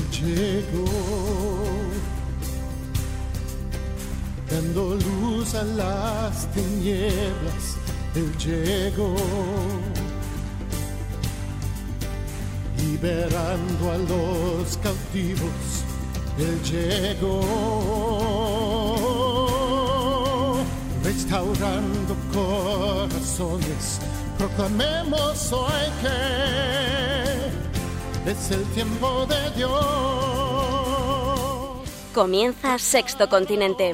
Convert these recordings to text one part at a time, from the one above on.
llegó, dando luz a las tinieblas. Él llegó, liberando a los cautivos. Él llegó, restaurando corazones. Proclamemos hoy que es el tiempo de Dios. Comienza Sexto Continente.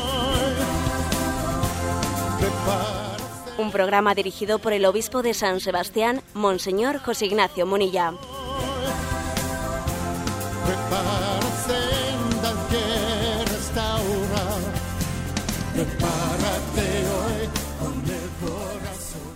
Un programa dirigido por el obispo de San Sebastián, Monseñor José Ignacio Munilla. Prepárate hoy con el corazón.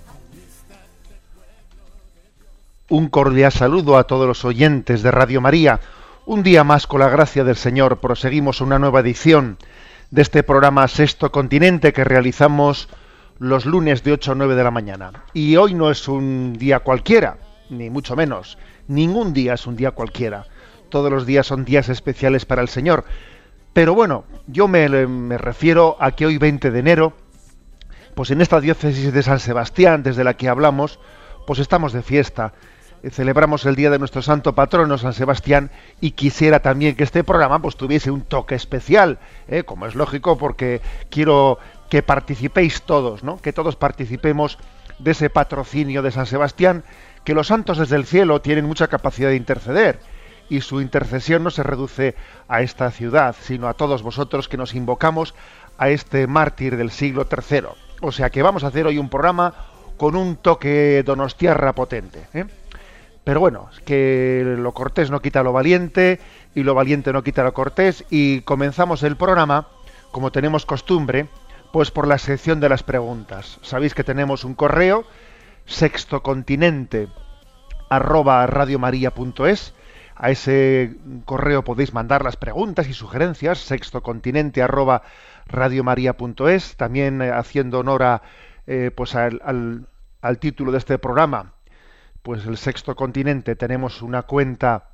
Un cordial saludo a todos los oyentes de Radio María. Un día más, con la gracia del Señor, proseguimos una nueva edición de este programa Sexto Continente que realizamos los lunes de 8 a 9 de la mañana. Y hoy no es un día cualquiera, ni mucho menos. Ningún día es un día cualquiera. Todos los días son días especiales para el Señor. Pero bueno, yo me refiero a que hoy 20 de enero, pues en esta diócesis de San Sebastián, desde la que hablamos, pues estamos de fiesta. Celebramos el día de nuestro santo patrono, San Sebastián, y quisiera también que este programa pues tuviese un toque especial, como es lógico, porque quiero que participéis todos, ¿no? Que todos participemos de ese patrocinio de San Sebastián, que los santos desde el cielo tienen mucha capacidad de interceder. Y su intercesión no se reduce a esta ciudad, sino a todos vosotros que nos invocamos a este mártir del siglo III. O sea que vamos a hacer hoy un programa con un toque donostiarra potente, ¿eh? Pero bueno, que lo cortés no quita lo valiente, y lo valiente no quita lo cortés, y comenzamos el programa, como tenemos costumbre, pues por la sección de las preguntas. Sabéis que tenemos un correo, sextocontinente@radiomaria.es. A ese correo podéis mandar las preguntas y sugerencias, sextocontinente@radiomaria.es, también haciendo honor pues al título de este programa, pues el Sexto Continente. Tenemos una cuenta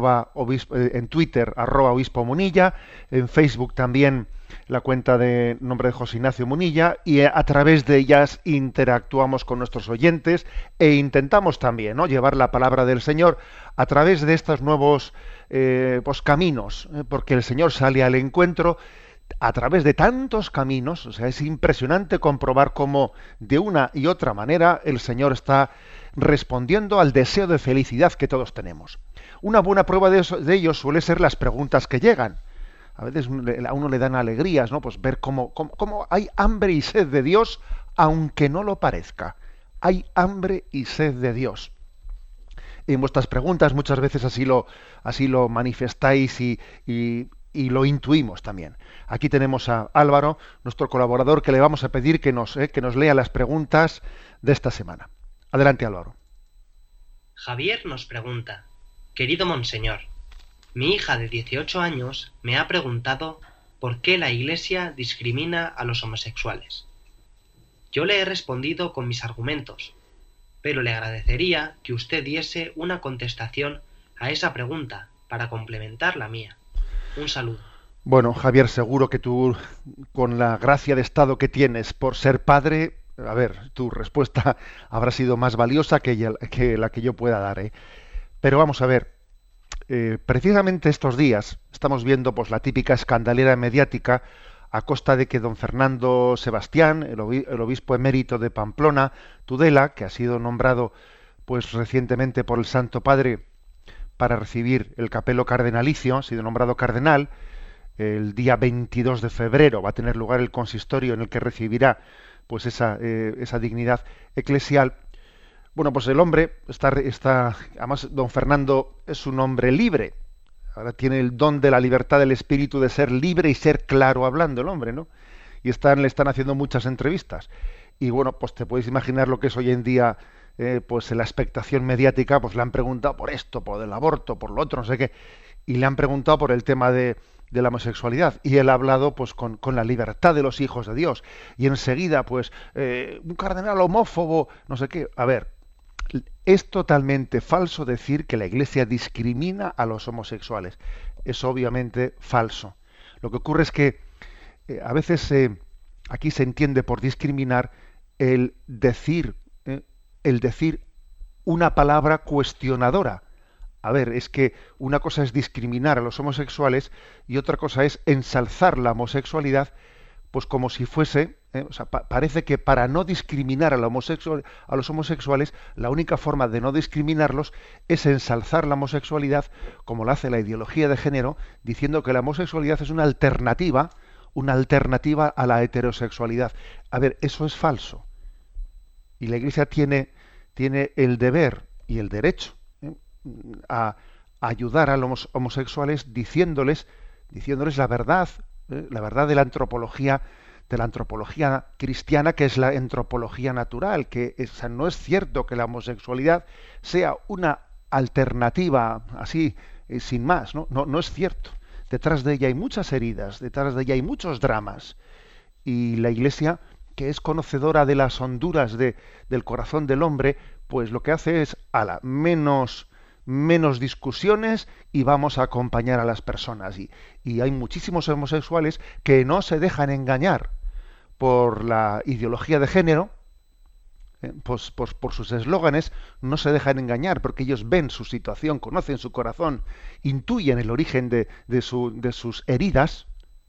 en Twitter, @obispo Munilla, en Facebook también la cuenta de nombre de José Ignacio Munilla, y a través de ellas interactuamos con nuestros oyentes e intentamos también, ¿no?, llevar la palabra del Señor a través de estos nuevos pues caminos, porque el Señor sale al encuentro a través de tantos caminos. O sea, es impresionante comprobar cómo de una y otra manera el Señor está respondiendo al deseo de felicidad que todos tenemos. Una buena prueba de ello suele ser las preguntas que llegan. A veces a uno le dan alegrías, ¿no? Pues ver cómo hay hambre y sed de Dios, aunque no lo parezca. Hay hambre y sed de Dios. En vuestras preguntas muchas veces así lo manifestáis y lo intuimos también. Aquí tenemos a Álvaro, nuestro colaborador, que le vamos a pedir que nos lea las preguntas de esta semana. Adelante, Álvaro. Javier nos pregunta: querido Monseñor, mi hija de 18 años me ha preguntado por qué la Iglesia discrimina a los homosexuales. Yo le he respondido con mis argumentos, pero le agradecería que usted diese una contestación a esa pregunta para complementar la mía. Un saludo. Bueno, Javier, seguro que tú, con la gracia de estado que tienes por ser padre, a ver, tu respuesta habrá sido más valiosa que la que yo pueda dar, ¿eh? Pero vamos a ver. Precisamente estos días estamos viendo pues la típica escandalera mediática a costa de que don Fernando Sebastián, el obispo emérito de Pamplona, Tudela, que ha sido nombrado pues recientemente por el Santo Padre para recibir el capelo cardenalicio, ha sido nombrado cardenal. El día 22 de febrero va a tener lugar el consistorio en el que recibirá pues esa dignidad eclesial. Bueno, pues el hombre está, además don Fernando es un hombre libre. Ahora tiene el don de la libertad del espíritu de ser libre y ser claro hablando el hombre, ¿no? Y le están haciendo muchas entrevistas. Y bueno, pues te puedes imaginar lo que es hoy en día, pues en la expectación mediática, pues le han preguntado por esto, por el aborto, por lo otro, no sé qué, y le han preguntado por el tema de la homosexualidad, y él ha hablado pues con la libertad de los hijos de Dios, y enseguida pues un cardenal homófobo, no sé qué. A ver, Es totalmente falso decir que la Iglesia discrimina a los homosexuales. Es obviamente falso. Lo que ocurre es que a veces aquí se entiende por discriminar el decir una palabra cuestionadora. A ver, es que una cosa es discriminar a los homosexuales y otra cosa es ensalzar la homosexualidad, pues como si fuese, o sea, parece que para no discriminar a los homosexuales, la única forma de no discriminarlos es ensalzar la homosexualidad, como lo hace la ideología de género, diciendo que la homosexualidad es una alternativa a la heterosexualidad. A ver, eso es falso. Y la Iglesia tiene el deber y el derecho a ayudar a los homosexuales diciéndoles la verdad de la antropología cristiana, que es la antropología natural, o sea, no es cierto que la homosexualidad sea una alternativa así sin más, no es cierto. Detrás de ella hay muchas heridas, detrás de ella hay muchos dramas, y la Iglesia, que es conocedora de las honduras del corazón del hombre, pues lo que hace es menos discusiones y vamos a acompañar a las personas. Y hay muchísimos homosexuales que no se dejan engañar por la ideología de género, pues por sus eslóganes, no se dejan engañar porque ellos ven su situación, conocen su corazón, intuyen el origen de sus heridas,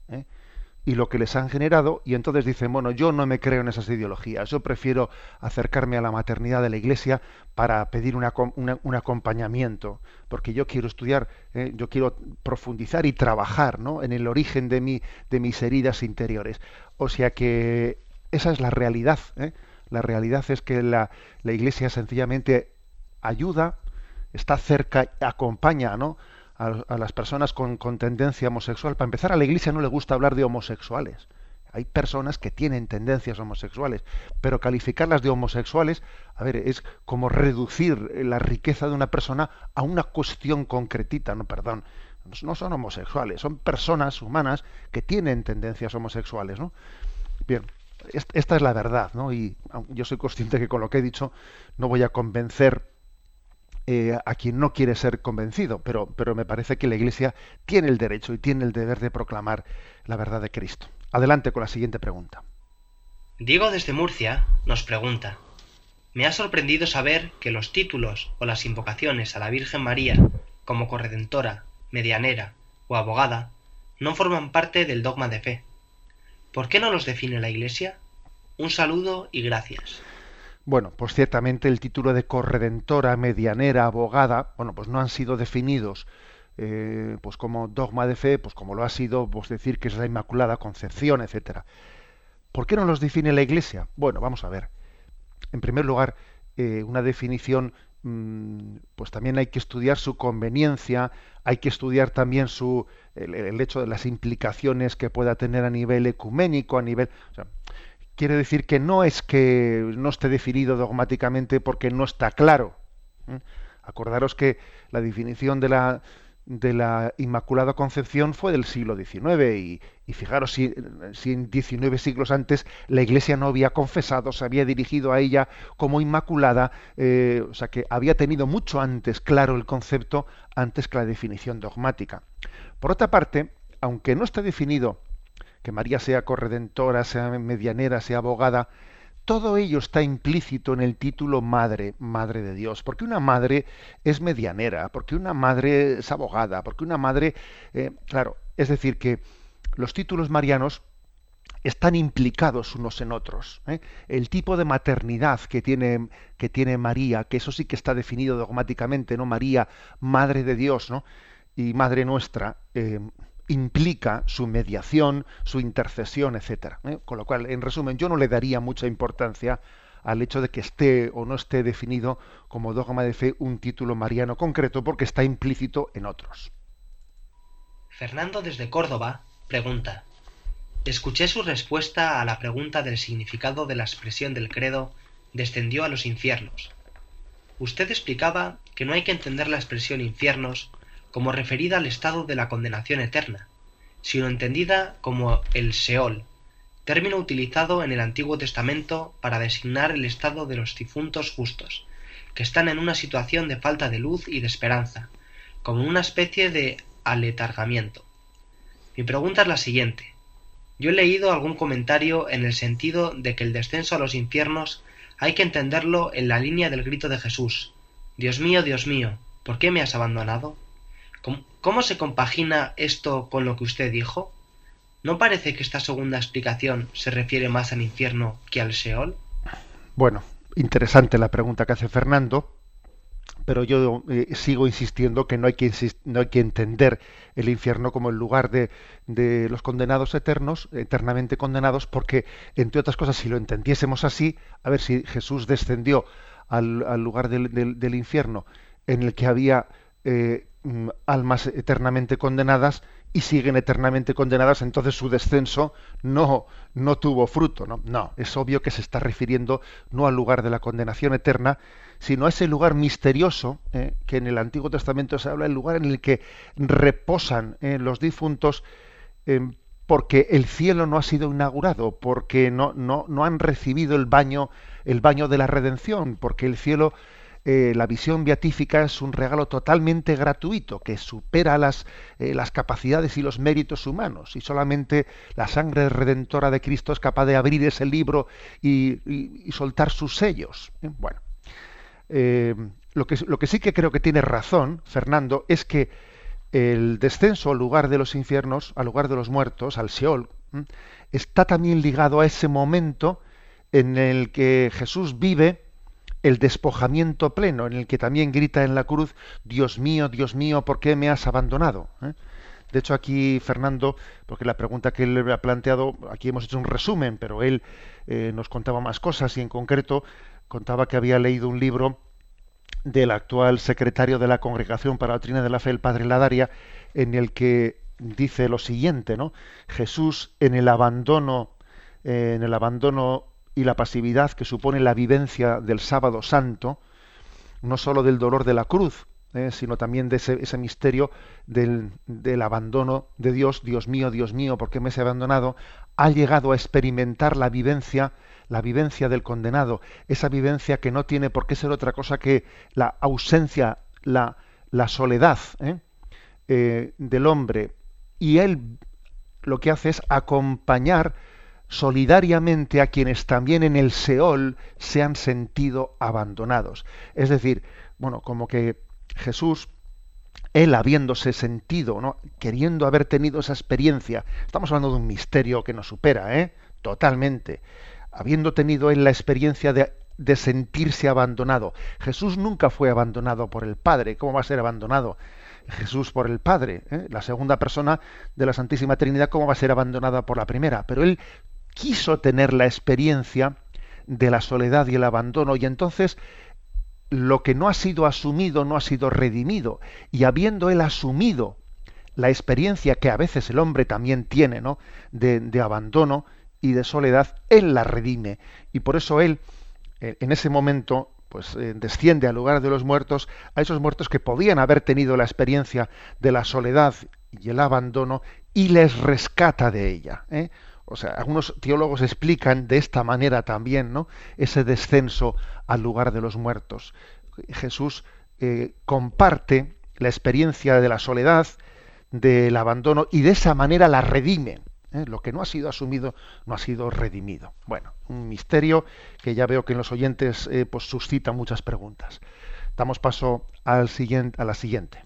y lo que les han generado, y entonces dicen, bueno, yo no me creo en esas ideologías, yo prefiero acercarme a la maternidad de la Iglesia para pedir un acompañamiento, porque yo quiero estudiar, yo quiero profundizar y trabajar, ¿no?, en el origen de mis heridas interiores. O sea que esa es la realidad, La realidad es que la Iglesia sencillamente ayuda, está cerca, acompaña, ¿no?, a las personas con tendencia homosexual. Para empezar, a la Iglesia no le gusta hablar de homosexuales. Hay personas que tienen tendencias homosexuales, pero calificarlas de homosexuales, a ver, es como reducir la riqueza de una persona a una cuestión concretita. No son homosexuales, son personas humanas que tienen tendencias homosexuales, ¿no? Bien, esta es la verdad, ¿no? Y yo soy consciente que con lo que he dicho no voy a convencer a quien no quiere ser convencido, pero me parece que la Iglesia tiene el derecho y tiene el deber de proclamar la verdad de Cristo. Adelante con la siguiente pregunta. Diego desde Murcia nos pregunta: me ha sorprendido saber que los títulos o las invocaciones a la Virgen María como corredentora, medianera o abogada no forman parte del dogma de fe. ¿Por qué no los define la Iglesia? Un saludo y gracias. Bueno, pues ciertamente el título de corredentora, medianera, abogada, bueno, pues no han sido definidos pues como dogma de fe, pues como lo ha sido, pues decir que es la Inmaculada Concepción, etcétera. ¿Por qué no los define la Iglesia? Bueno, vamos a ver. En primer lugar, una definición, pues también hay que estudiar su conveniencia, hay que estudiar también el hecho de las implicaciones que pueda tener a nivel ecuménico, o sea, quiere decir que no es que no esté definido dogmáticamente porque no está claro. Acordaros que la definición de la Inmaculada Concepción fue del siglo XIX y fijaros si en 19 siglos antes la Iglesia no había confesado, se había dirigido a ella como Inmaculada, o sea que había tenido mucho antes claro el concepto antes que la definición dogmática. Por otra parte, aunque no esté definido que María sea corredentora, sea medianera, sea abogada, todo ello está implícito en el título madre de Dios, porque una madre es medianera, porque una madre es abogada, porque una madre, claro, es decir, que los títulos marianos están implicados unos en otros. El tipo de maternidad que tiene María, que eso sí que está definido dogmáticamente, ¿no? María, madre de Dios, ¿no?, y madre nuestra, implica su mediación, su intercesión, etcétera. Con lo cual, en resumen, yo no le daría mucha importancia al hecho de que esté o no esté definido como dogma de fe un título mariano concreto, porque está implícito en otros. Fernando desde Córdoba pregunta: escuché su respuesta a la pregunta del significado de la expresión del credo «descendió a los infiernos». Usted explicaba que no hay que entender la expresión infiernos como referida al estado de la condenación eterna, sino entendida como el Seol, término utilizado en el Antiguo Testamento para designar el estado de los difuntos justos, que están en una situación de falta de luz y de esperanza, como en una especie de aletargamiento. Mi pregunta es la siguiente. Yo he leído algún comentario en el sentido de que el descenso a los infiernos hay que entenderlo en la línea del grito de Jesús: Dios mío, ¿por qué me has abandonado? ¿Cómo se compagina esto con lo que usted dijo? ¿No parece que esta segunda explicación se refiere más al infierno que al Seol? Bueno, interesante la pregunta que hace Fernando, pero yo sigo insistiendo que no hay que entender el infierno como el lugar de los condenados eternos, eternamente condenados, porque, entre otras cosas, si lo entendiésemos así, a ver, si Jesús descendió al lugar del infierno en el que había almas eternamente condenadas y siguen eternamente condenadas, entonces su descenso no tuvo fruto, ¿no? No, es obvio que se está refiriendo no al lugar de la condenación eterna, sino a ese lugar misterioso que en el Antiguo Testamento se habla, el lugar en el que reposan los difuntos, porque el cielo no ha sido inaugurado, porque no han recibido el baño de la redención, porque el cielo, la visión beatífica es un regalo totalmente gratuito que supera las capacidades y los méritos humanos, y solamente la sangre redentora de Cristo es capaz de abrir ese libro y soltar sus sellos. Bueno, lo que sí que creo que tiene razón Fernando es que el descenso al lugar de los infiernos, al lugar de los muertos, al Seol, está también ligado a ese momento en el que Jesús vive el despojamiento pleno, en el que también grita en la cruz: Dios mío, ¿por qué me has abandonado? De hecho, aquí Fernando, porque la pregunta que él le ha planteado, aquí hemos hecho un resumen, pero él nos contaba más cosas, y en concreto contaba que había leído un libro del actual secretario de la Congregación para la Doctrina de la Fe, el padre Ladaria, en el que dice lo siguiente, ¿no? Jesús en el abandono y la pasividad que supone la vivencia del sábado santo, no sólo del dolor de la cruz, sino también de ese misterio del abandono de Dios: Dios mío, ¿por qué me has abandonado? Ha llegado a experimentar la vivencia del condenado, esa vivencia que no tiene por qué ser otra cosa que la ausencia, la soledad del hombre, y él lo que hace es acompañar solidariamente a quienes también en el Seol se han sentido abandonados. Es decir, bueno, como que Jesús, él habiéndose sentido, ¿no?, queriendo haber tenido esa experiencia, estamos hablando de un misterio que nos supera, totalmente, habiendo tenido él la experiencia de sentirse abandonado. Jesús nunca fue abandonado por el Padre. ¿Cómo va a ser abandonado Jesús por el Padre? La segunda persona de la Santísima Trinidad, ¿cómo va a ser abandonada por la primera? Pero él quiso tener la experiencia de la soledad y el abandono, y entonces lo que no ha sido asumido no ha sido redimido, y habiendo él asumido la experiencia que a veces el hombre también tiene, ¿no?, de abandono y de soledad, él la redime, y por eso él en ese momento pues desciende al lugar de los muertos, a esos muertos que podían haber tenido la experiencia de la soledad y el abandono, y les rescata de ella. O sea, algunos teólogos explican de esta manera también, ¿no?, ese descenso al lugar de los muertos. Jesús comparte la experiencia de la soledad, del abandono, y de esa manera la redime. Lo que no ha sido asumido no ha sido redimido. Bueno, un misterio que ya veo que en los oyentes pues suscita muchas preguntas. Damos paso a la siguiente.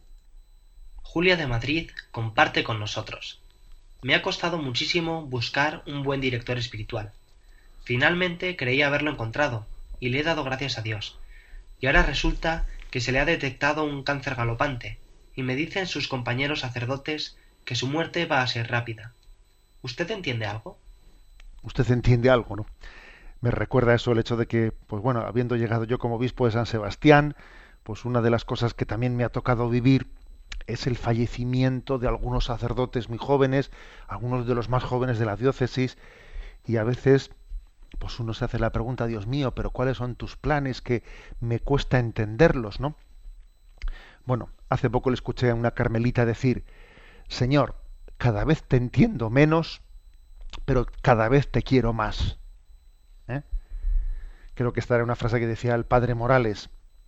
Julia de Madrid comparte con nosotros: me ha costado muchísimo buscar un buen director espiritual. Finalmente creí haberlo encontrado y le he dado gracias a Dios. Y ahora resulta que se le ha detectado un cáncer galopante, y me dicen sus compañeros sacerdotes que su muerte va a ser rápida. ¿Usted entiende algo? Usted entiende algo, ¿no? Me recuerda eso el hecho de que, pues bueno, habiendo llegado yo como obispo de San Sebastián, pues una de las cosas que también me ha tocado vivir es el fallecimiento de algunos sacerdotes muy jóvenes, algunos de los más jóvenes de la diócesis, y a veces pues uno se hace la pregunta: Dios mío, pero ¿cuáles son tus planes? Que me cuesta entenderlos, ¿no? Bueno, hace poco le escuché a una carmelita decir: Señor, cada vez te entiendo menos, pero cada vez te quiero más. Creo que esta era una frase que decía el padre Morales.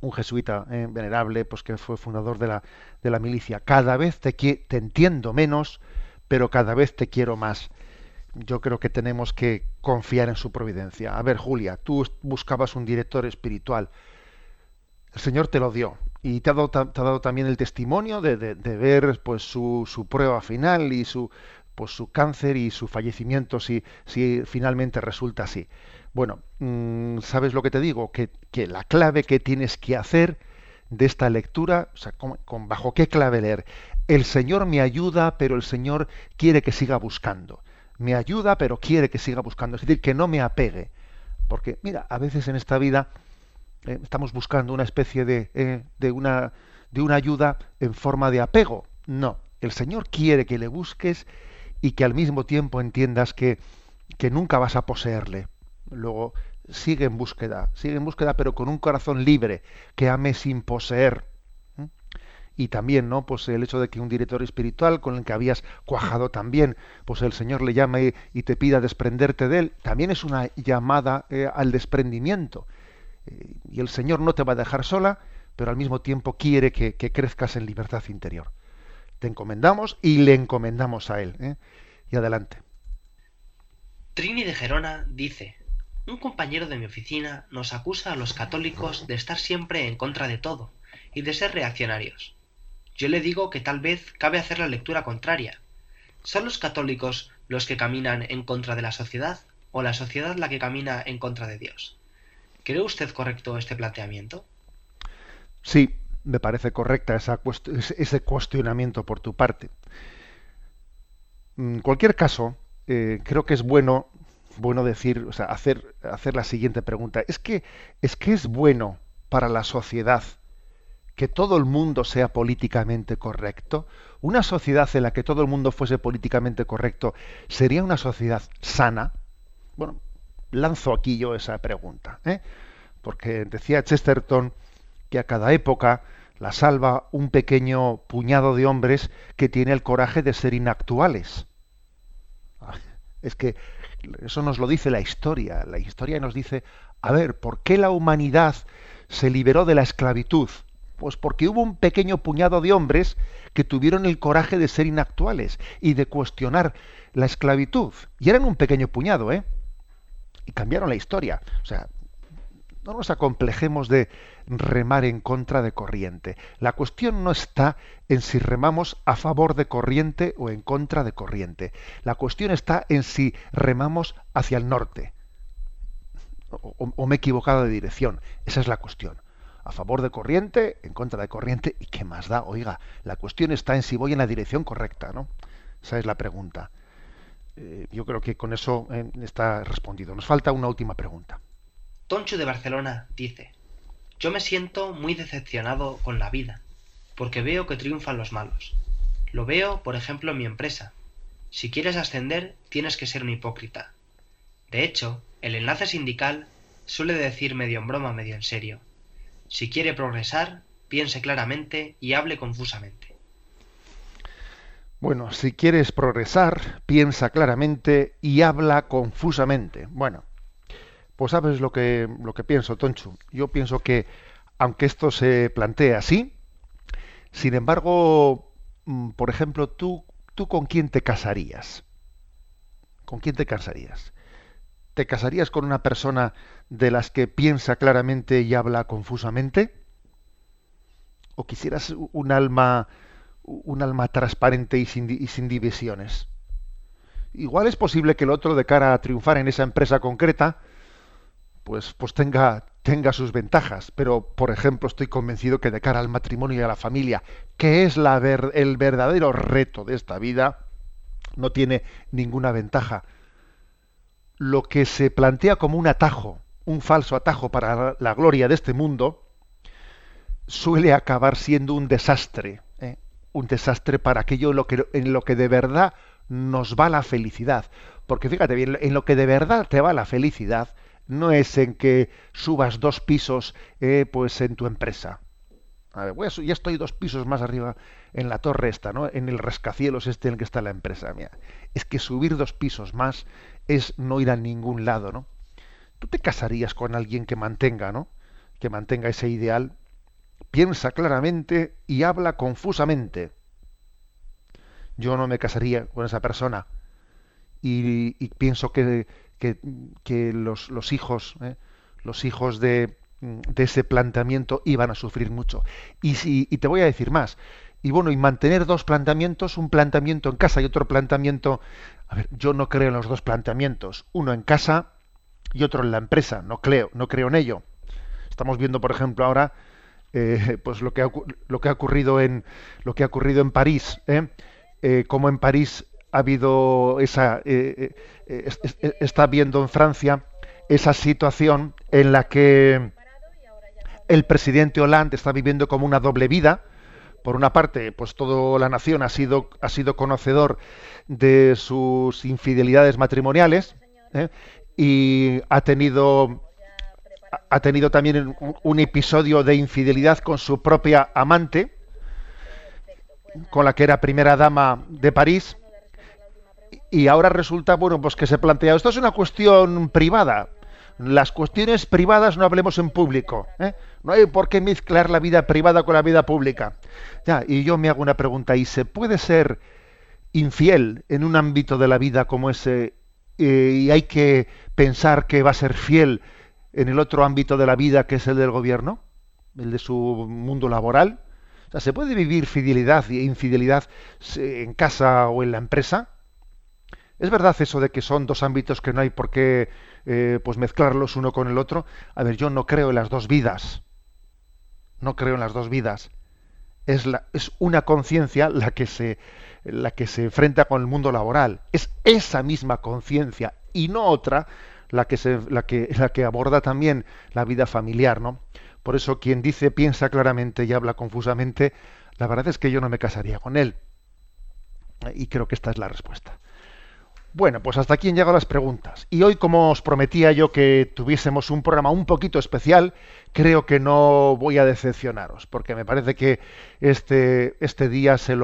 un jesuita venerable, pues que fue fundador de la milicia. Cada vez te entiendo menos, pero cada vez te quiero más. Yo creo que tenemos que confiar en su providencia. A ver, Julia, tú buscabas un director espiritual. El Señor te lo dio. Y te ha dado también el testimonio de ver pues su prueba final y su cáncer y su fallecimiento, si finalmente resulta así. Bueno, ¿sabes lo que te digo? Que la clave que tienes que hacer de esta lectura, o sea, ¿bajo qué clave leer? El Señor me ayuda, pero el Señor quiere que siga buscando. Me ayuda, pero quiere que siga buscando. Es decir, que no me apegue. Porque, mira, a veces en esta vida estamos buscando una especie de una ayuda en forma de apego. No, el Señor quiere que le busques y que al mismo tiempo entiendas que nunca vas a poseerle. Luego, sigue en búsqueda, pero con un corazón libre, que ame sin poseer. Y también, ¿no? Pues el hecho de que un director espiritual con el que habías cuajado también, pues el Señor le llame y te pida desprenderte de él, también es una llamada al desprendimiento. Y el Señor no te va a dejar sola, pero al mismo tiempo quiere que crezcas en libertad interior. Te encomendamos y le encomendamos a él. Y adelante. Trini de Gerona dice: un compañero de mi oficina nos acusa a los católicos de estar siempre en contra de todo y de ser reaccionarios. Yo le digo que tal vez cabe hacer la lectura contraria. ¿Son los católicos los que caminan en contra de la sociedad o la sociedad la que camina en contra de Dios? ¿Cree usted correcto este planteamiento? Sí, me parece correcta ese cuestionamiento por tu parte. En cualquier caso, creo que es bueno decir, o sea, hacer la siguiente pregunta. ¿Es que es bueno para la sociedad que todo el mundo sea políticamente correcto? ¿Una sociedad en la que todo el mundo fuese políticamente correcto sería una sociedad sana? Bueno, lanzo aquí yo esa pregunta, porque decía Chesterton que a cada época la salva un pequeño puñado de hombres que tiene el coraje de ser inactuales. Es que eso nos lo dice la historia. La historia nos dice, a ver, ¿por qué la humanidad se liberó de la esclavitud? Pues porque hubo un pequeño puñado de hombres que tuvieron el coraje de ser inactuales y de cuestionar la esclavitud. Y eran un pequeño puñado, y cambiaron la historia. O sea, no nos acomplejemos de remar en contra de corriente. La cuestión no está en si remamos a favor de corriente o en contra de corriente. La cuestión está en si remamos hacia el norte. O me he equivocado de dirección. Esa es la cuestión. A favor de corriente, en contra de corriente, ¿y qué más da? Oiga, la cuestión está en si voy en la dirección correcta, ¿no? Esa es la pregunta. Yo creo que con eso está respondido. Nos falta una última pregunta. Tonchu de Barcelona dice: yo me siento muy decepcionado con la vida, porque veo que triunfan los malos. Lo veo, por ejemplo, en mi empresa. Si quieres ascender, tienes que ser un hipócrita. De hecho, el enlace sindical suele decir medio en broma, medio en serio: si quiere progresar, piense claramente y hable confusamente. Bueno, si quieres progresar, piensa claramente y habla confusamente. Bueno, pues sabes lo que pienso, Tonchu. Yo pienso que, aunque esto se plantee así, sin embargo, por ejemplo, ¿tú con quién te casarías? ¿Con quién te casarías? ¿Te casarías con una persona de las que piensa claramente y habla confusamente? ¿O quisieras un alma transparente y sin divisiones? Igual es posible que el otro, de cara a triunfar en esa empresa concreta, pues tenga sus ventajas, pero por ejemplo estoy convencido que de cara al matrimonio y a la familia, que es el verdadero reto de esta vida, no tiene ninguna ventaja. Lo que se plantea como un atajo, un falso atajo para la gloria de este mundo, suele acabar siendo un desastre para aquello en lo que de verdad nos va la felicidad. Porque fíjate bien, en lo que de verdad te va la felicidad no es en que subas 2 pisos pues en tu empresa. A ver, ya estoy 2 pisos más arriba en la torre esta, ¿no? En el rascacielos en el que está la empresa. Mira, es que subir 2 pisos más es no ir a ningún lado, ¿no? Tú te casarías con alguien que mantenga, ¿no? Que mantenga ese ideal. piensa claramente y habla confusamente. Yo no me casaría con esa persona y pienso que los hijos de ese planteamiento iban a sufrir mucho. Y te voy a decir más. Y bueno, y mantener dos planteamientos, un planteamiento en casa y otro planteamiento. A ver, yo no creo en los dos planteamientos, uno en casa y otro en la empresa. No creo en ello. Estamos viendo, por ejemplo, ahora pues lo que ha ocurrido en París, como en París ha habido está viendo en Francia esa situación en la que el presidente Hollande está viviendo como una doble vida. Por una parte, pues toda la nación ha sido conocedor de sus infidelidades matrimoniales, ¿eh? Y ha tenido también un episodio de infidelidad con su propia amante, con la que era primera dama de París, y ahora resulta, bueno, pues que se plantea, esto es una cuestión privada. Las cuestiones privadas no hablemos en público, ¿eh? No hay por qué mezclar la vida privada con la vida pública. Ya, y yo me hago una pregunta, ¿y se puede ser infiel en un ámbito de la vida como ese, y hay que pensar que va a ser fiel en el otro ámbito de la vida, que es el del gobierno, el de su mundo laboral? O sea, ¿se puede vivir fidelidad e infidelidad en casa o en la empresa? ¿Es verdad eso de que son dos ámbitos que no hay por qué pues mezclarlos uno con el otro? A ver, yo no creo en las dos vidas. No creo en las dos vidas. Es una conciencia la que se enfrenta con el mundo laboral. Es esa misma conciencia y no otra la que aborda también la vida familiar, ¿no? Por eso quien dice, piensa claramente y habla confusamente, la verdad es que yo no me casaría con él. Y creo que esta es la respuesta. Bueno, pues hasta aquí han llegado las preguntas. Y hoy, como os prometía yo que tuviésemos un programa un poquito especial, creo que no voy a decepcionaros, porque me parece que este día se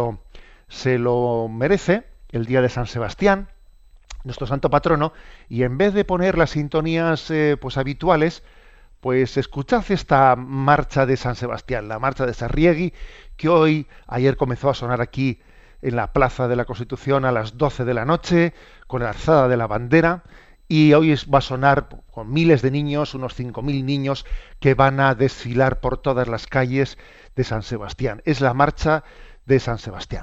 lo merece, el día de San Sebastián, nuestro santo patrono, y en vez de poner las sintonías pues habituales, pues escuchad esta marcha de San Sebastián, la marcha de Sarriegui, que ayer comenzó a sonar aquí en la Plaza de la Constitución a las 12 de la noche, con la alzada de la bandera, y hoy va a sonar con miles de niños, unos 5.000 niños, que van a desfilar por todas las calles de San Sebastián. Es la marcha de San Sebastián.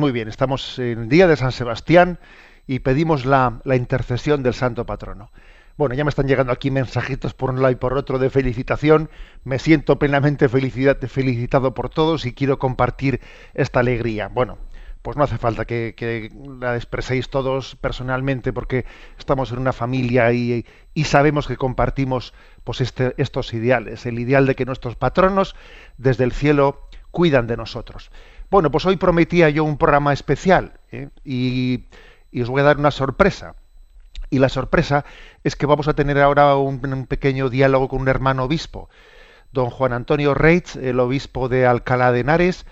muy bien, estamos en el día de San Sebastián y pedimos la intercesión del Santo Patrono. Bueno, ya me están llegando aquí mensajitos por un lado y por otro de felicitación. Me siento plenamente felicitado por todos y quiero compartir esta alegría. Bueno, pues no hace falta que la expreséis todos personalmente, porque estamos en una familia y sabemos que compartimos pues estos ideales, el ideal de que nuestros patronos desde el cielo cuidan de nosotros. Bueno, pues hoy prometía yo un programa especial, y os voy a dar una sorpresa. Y la sorpresa es que vamos a tener ahora un pequeño diálogo con un hermano obispo, don Juan Antonio Reitz, el obispo de Alcalá de Henares.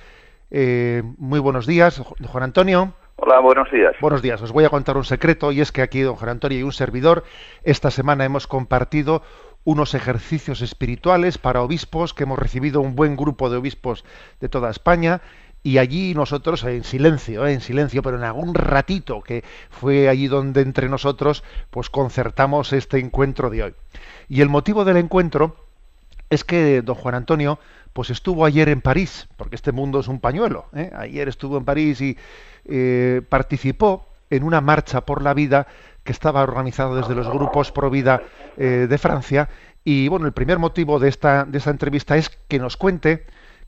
Muy buenos días, Juan Antonio. Hola, buenos días. Buenos días. Os voy a contar un secreto, y es que aquí don Juan Antonio y un servidor esta semana hemos compartido unos ejercicios espirituales para obispos, que hemos recibido un buen grupo de obispos de toda España, y allí nosotros en silencio, pero en algún ratito, que fue allí donde entre nosotros pues concertamos este encuentro de hoy. Y el motivo del encuentro es que don Juan Antonio pues estuvo ayer en París, porque este mundo es un pañuelo, Ayer estuvo en París y participó en una marcha por la vida que estaba organizado desde los grupos Pro Vida de Francia. Y bueno, el primer motivo de esta entrevista es que nos cuente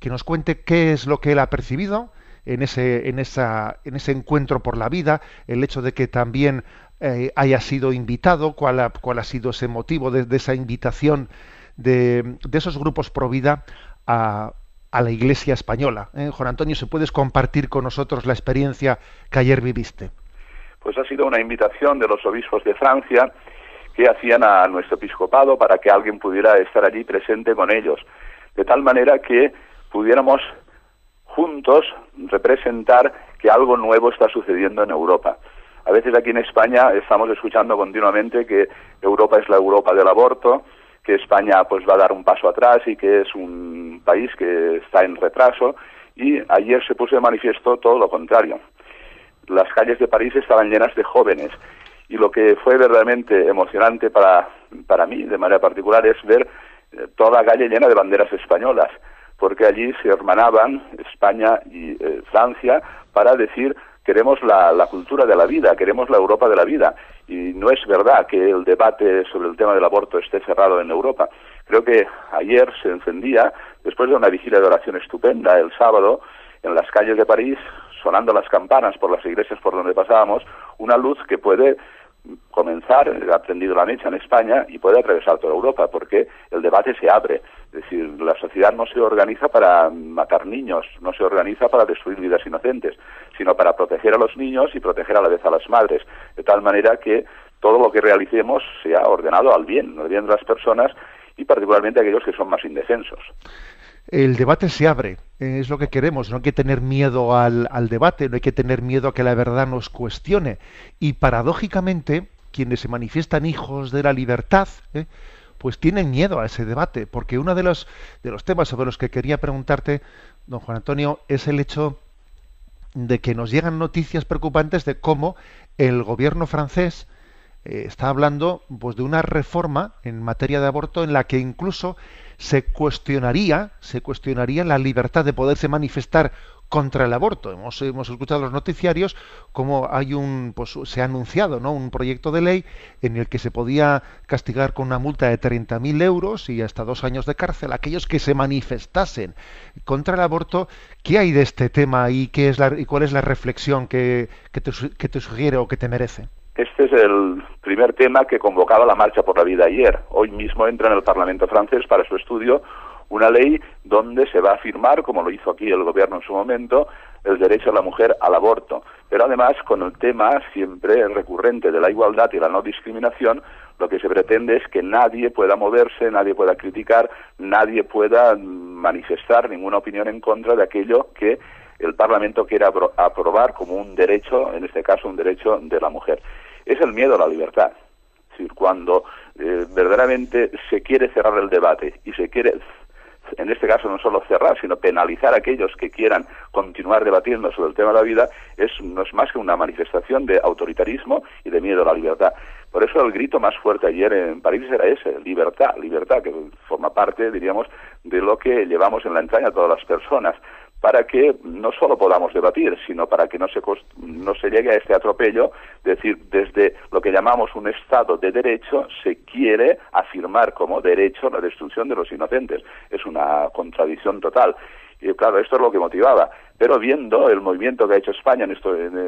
qué es lo que él ha percibido en ese encuentro por la vida, el hecho de que también haya sido invitado, cuál ha sido ese motivo de esa invitación de esos grupos Pro Vida a la Iglesia española. Juan Antonio, ¿se puedes compartir con nosotros la experiencia que ayer viviste? Pues ha sido una invitación de los obispos de Francia que hacían a nuestro episcopado para que alguien pudiera estar allí presente con ellos, de tal manera que pudiéramos juntos representar que algo nuevo está sucediendo en Europa. A veces aquí en España estamos escuchando continuamente que Europa es la Europa del aborto, que España pues va a dar un paso atrás y que es un país que está en retraso, y ayer se puso de manifiesto todo lo contrario. Las calles de París estaban llenas de jóvenes, y lo que fue verdaderamente emocionante para mí de manera particular es ver toda la calle llena de banderas españolas, porque allí se hermanaban España y Francia para decir: queremos la cultura de la vida, queremos la Europa de la vida. Y no es verdad que el debate sobre el tema del aborto esté cerrado en Europa. Creo que ayer se encendía, después de una vigilia de oración estupenda el sábado, en las calles de París, sonando las campanas por las iglesias por donde pasábamos, una luz que puede comenzar, ha prendido la mecha en España y puede atravesar toda Europa, porque el debate se abre. Es decir, la sociedad no se organiza para matar niños, no se organiza para destruir vidas inocentes, sino para proteger a los niños y proteger a la vez a las madres, de tal manera que todo lo que realicemos sea ordenado al bien de las personas, y particularmente aquellos que son más indefensos. El debate se abre, es lo que queremos. No hay que tener miedo al debate, no hay que tener miedo a que la verdad nos cuestione. Y paradójicamente, quienes se manifiestan hijos de la libertad, pues tienen miedo a ese debate, porque uno de los temas sobre los que quería preguntarte, don Juan Antonio, es el hecho de que nos llegan noticias preocupantes de cómo el gobierno francés está hablando pues de una reforma en materia de aborto en la que incluso se cuestionaría la libertad de poderse manifestar contra el aborto. Hemos escuchado en los noticiarios cómo se ha anunciado, ¿no?, un proyecto de ley en el que se podía castigar con una multa de 30.000 euros y hasta 2 años de cárcel a aquellos que se manifestasen contra el aborto. ¿Qué hay de este tema y cuál es la reflexión que te sugiere o que te merece? Este es el primer tema que convocaba la Marcha por la Vida ayer. Hoy mismo entra en el Parlamento francés para su estudio una ley donde se va a afirmar, como lo hizo aquí el gobierno en su momento, el derecho de la mujer al aborto. Pero además, con el tema siempre recurrente de la igualdad y la no discriminación, lo que se pretende es que nadie pueda moverse, nadie pueda criticar, nadie pueda manifestar ninguna opinión en contra de aquello que el Parlamento quiere aprobar como un derecho, en este caso un derecho de la mujer. Es el miedo a la libertad. Es decir, cuando verdaderamente se quiere cerrar el debate y se quiere, en este caso no solo cerrar, sino penalizar a aquellos que quieran continuar debatiendo sobre el tema de la vida, no es más que una manifestación de autoritarismo y de miedo a la libertad. Por eso el grito más fuerte ayer en París era ese: libertad, libertad, que forma parte, diríamos, de lo que llevamos en la entraña a todas las personas. para que no solo podamos debatir, sino para que no se llegue a este atropello, es decir, desde lo que llamamos un Estado de Derecho se quiere afirmar como derecho la destrucción de los inocentes. Es una contradicción total. Y claro, esto es lo que motivaba. Pero viendo el movimiento que ha hecho España en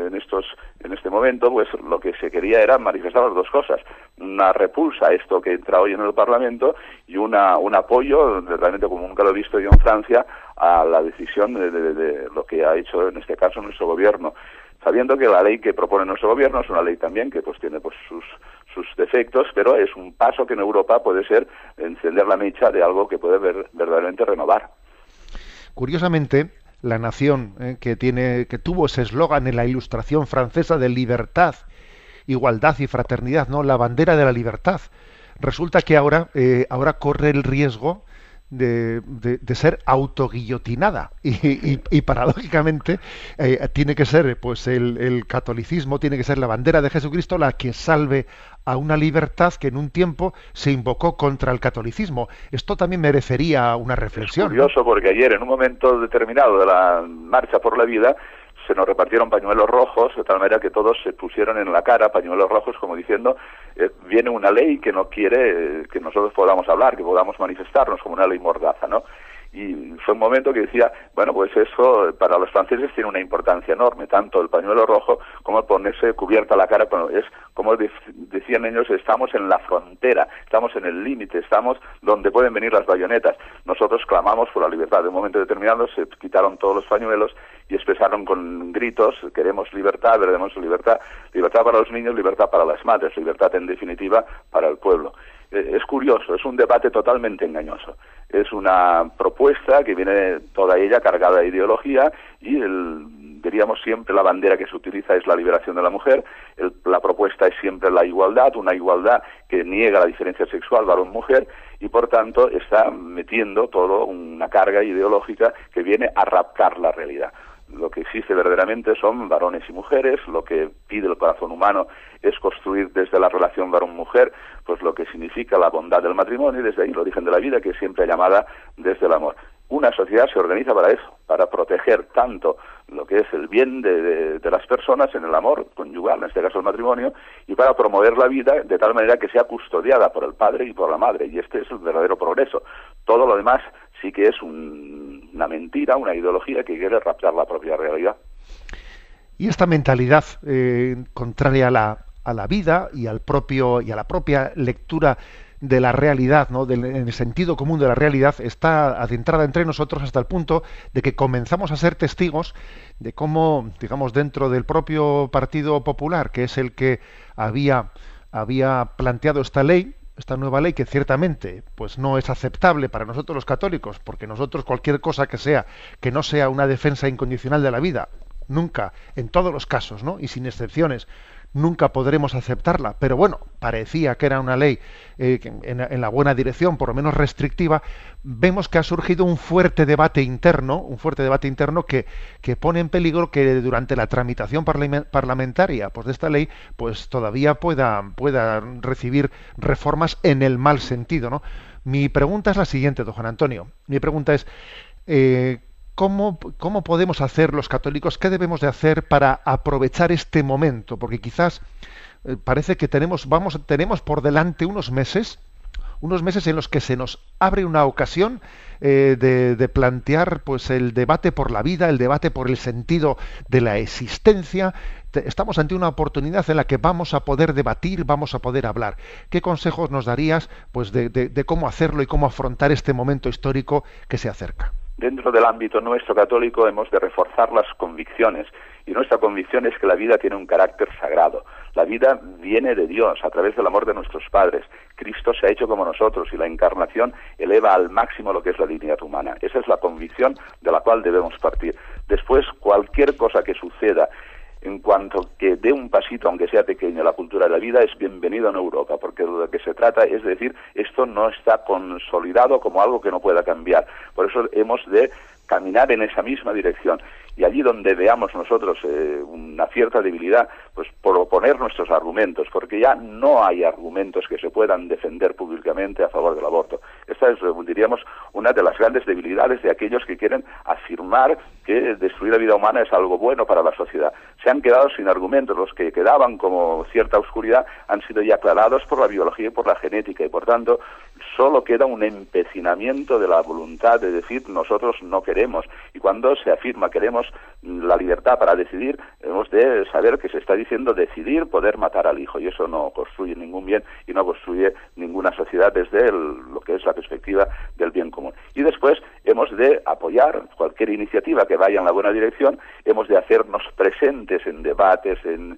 este momento, pues lo que se quería era manifestar las dos cosas: una repulsa a esto que entra hoy en el Parlamento y un apoyo, realmente como nunca lo he visto yo en Francia, a la decisión de lo que ha hecho en este caso nuestro gobierno, sabiendo que la ley que propone nuestro gobierno es una ley también que pues tiene pues sus defectos, pero es un paso que en Europa puede ser encender la mecha de algo que puede verdaderamente renovar. Curiosamente, La Nación, que tuvo ese eslogan en la Ilustración francesa de libertad, igualdad y fraternidad, ¿no? La bandera de la libertad. Resulta que ahora corre el riesgo de ser autoguillotinada y paradójicamente tiene que ser pues el catolicismo, tiene que ser la bandera de Jesucristo la que salve a una libertad que en un tiempo se invocó contra el catolicismo. Esto también merecería una reflexión. Es curioso, porque ayer en un momento determinado de la Marcha por la Vida se nos repartieron pañuelos rojos, de tal manera que todos se pusieron en la cara pañuelos rojos como diciendo viene una ley que no quiere que nosotros podamos hablar, que podamos manifestarnos, como una ley mordaza, ¿no? Y fue un momento que decía, bueno, pues eso para los franceses tiene una importancia enorme, tanto el pañuelo rojo como el ponerse cubierta la cara, es como decían ellos, estamos en la frontera, estamos en el límite, estamos donde pueden venir las bayonetas. Nosotros clamamos por la libertad. De un momento determinado se quitaron todos los pañuelos y expresaron con gritos: queremos libertad, queremos libertad, libertad para los niños, libertad para las madres, libertad en definitiva para el pueblo. Es curioso, es un debate totalmente engañoso. Es una propuesta que viene toda ella cargada de ideología y diríamos siempre la bandera que se utiliza es la liberación de la mujer. La propuesta es siempre la igualdad, una igualdad que niega la diferencia sexual varón-mujer y por tanto está metiendo todo una carga ideológica que viene a raptar la realidad. Lo que existe verdaderamente son varones y mujeres. Lo que pide el corazón humano es construir desde la relación varón-mujer pues lo que significa la bondad del matrimonio, y desde ahí el origen de la vida, que es siempre llamada desde el amor. Una sociedad se organiza para eso, para proteger tanto lo que es el bien de las personas en el amor conyugal, en este caso el matrimonio, y para promover la vida de tal manera que sea custodiada por el padre y por la madre, y este es el verdadero progreso. Todo lo demás sí que es una mentira, una ideología que quiere raptar la propia realidad. Y esta mentalidad contraria a la vida y a la propia lectura de la realidad, ¿no? En el sentido común de la realidad, está adentrada entre nosotros hasta el punto de que comenzamos a ser testigos de cómo, digamos, dentro del propio Partido Popular, que es el que había planteado esta nueva ley, que ciertamente pues no es aceptable para nosotros los católicos, porque nosotros cualquier cosa que no sea una defensa incondicional de la vida, nunca, en todos los casos, ¿no? Y sin excepciones, nunca podremos aceptarla. Pero bueno, parecía que era una ley en la buena dirección, por lo menos restrictiva. Vemos que ha surgido un fuerte debate interno que pone en peligro que durante la tramitación parlamentaria pues de esta ley pues todavía pueda recibir reformas en el mal sentido, ¿no? Mi pregunta es la siguiente, don Juan Antonio. Mi pregunta es ¿cómo podemos hacer los católicos? ¿Qué debemos de hacer para aprovechar este momento? Porque quizás parece que tenemos por delante unos meses en los que se nos abre una ocasión de plantear pues el debate por la vida, el debate por el sentido de la existencia. Estamos ante una oportunidad en la que vamos a poder debatir, vamos a poder hablar. ¿Qué consejos nos darías pues de cómo hacerlo y cómo afrontar este momento histórico que se acerca? Dentro del ámbito nuestro católico hemos de reforzar las convicciones, y nuestra convicción es que la vida tiene un carácter sagrado. La vida viene de Dios a través del amor de nuestros padres. Cristo se ha hecho como nosotros y la encarnación eleva al máximo lo que es la dignidad humana. Esa es la convicción de la cual debemos partir. Después, cualquier cosa que suceda en cuanto que dé un pasito, aunque sea pequeño, la cultura de la vida, es bienvenido en Europa, porque de lo que se trata es decir, esto no está consolidado como algo que no pueda cambiar. Por eso hemos de caminar en esa misma dirección. Y allí donde veamos nosotros una cierta debilidad, pues proponer nuestros argumentos, porque ya no hay argumentos que se puedan defender públicamente a favor del aborto. Esta es, diríamos, una de las grandes debilidades de aquellos que quieren afirmar que destruir la vida humana es algo bueno para la sociedad. Se han quedado sin argumentos, los que quedaban como cierta oscuridad han sido ya aclarados por la biología y por la genética, y por tanto solo queda un empecinamiento de la voluntad de decir nosotros no queremos. Y cuando se afirma queremos la libertad para decidir, hemos de saber que se está diciendo decidir poder matar al hijo, y eso no construye ningún bien y no construye ninguna sociedad desde lo que es la perspectiva del bien común. Y después hemos de apoyar cualquier iniciativa que vaya en la buena dirección, hemos de hacernos presentes en debates, en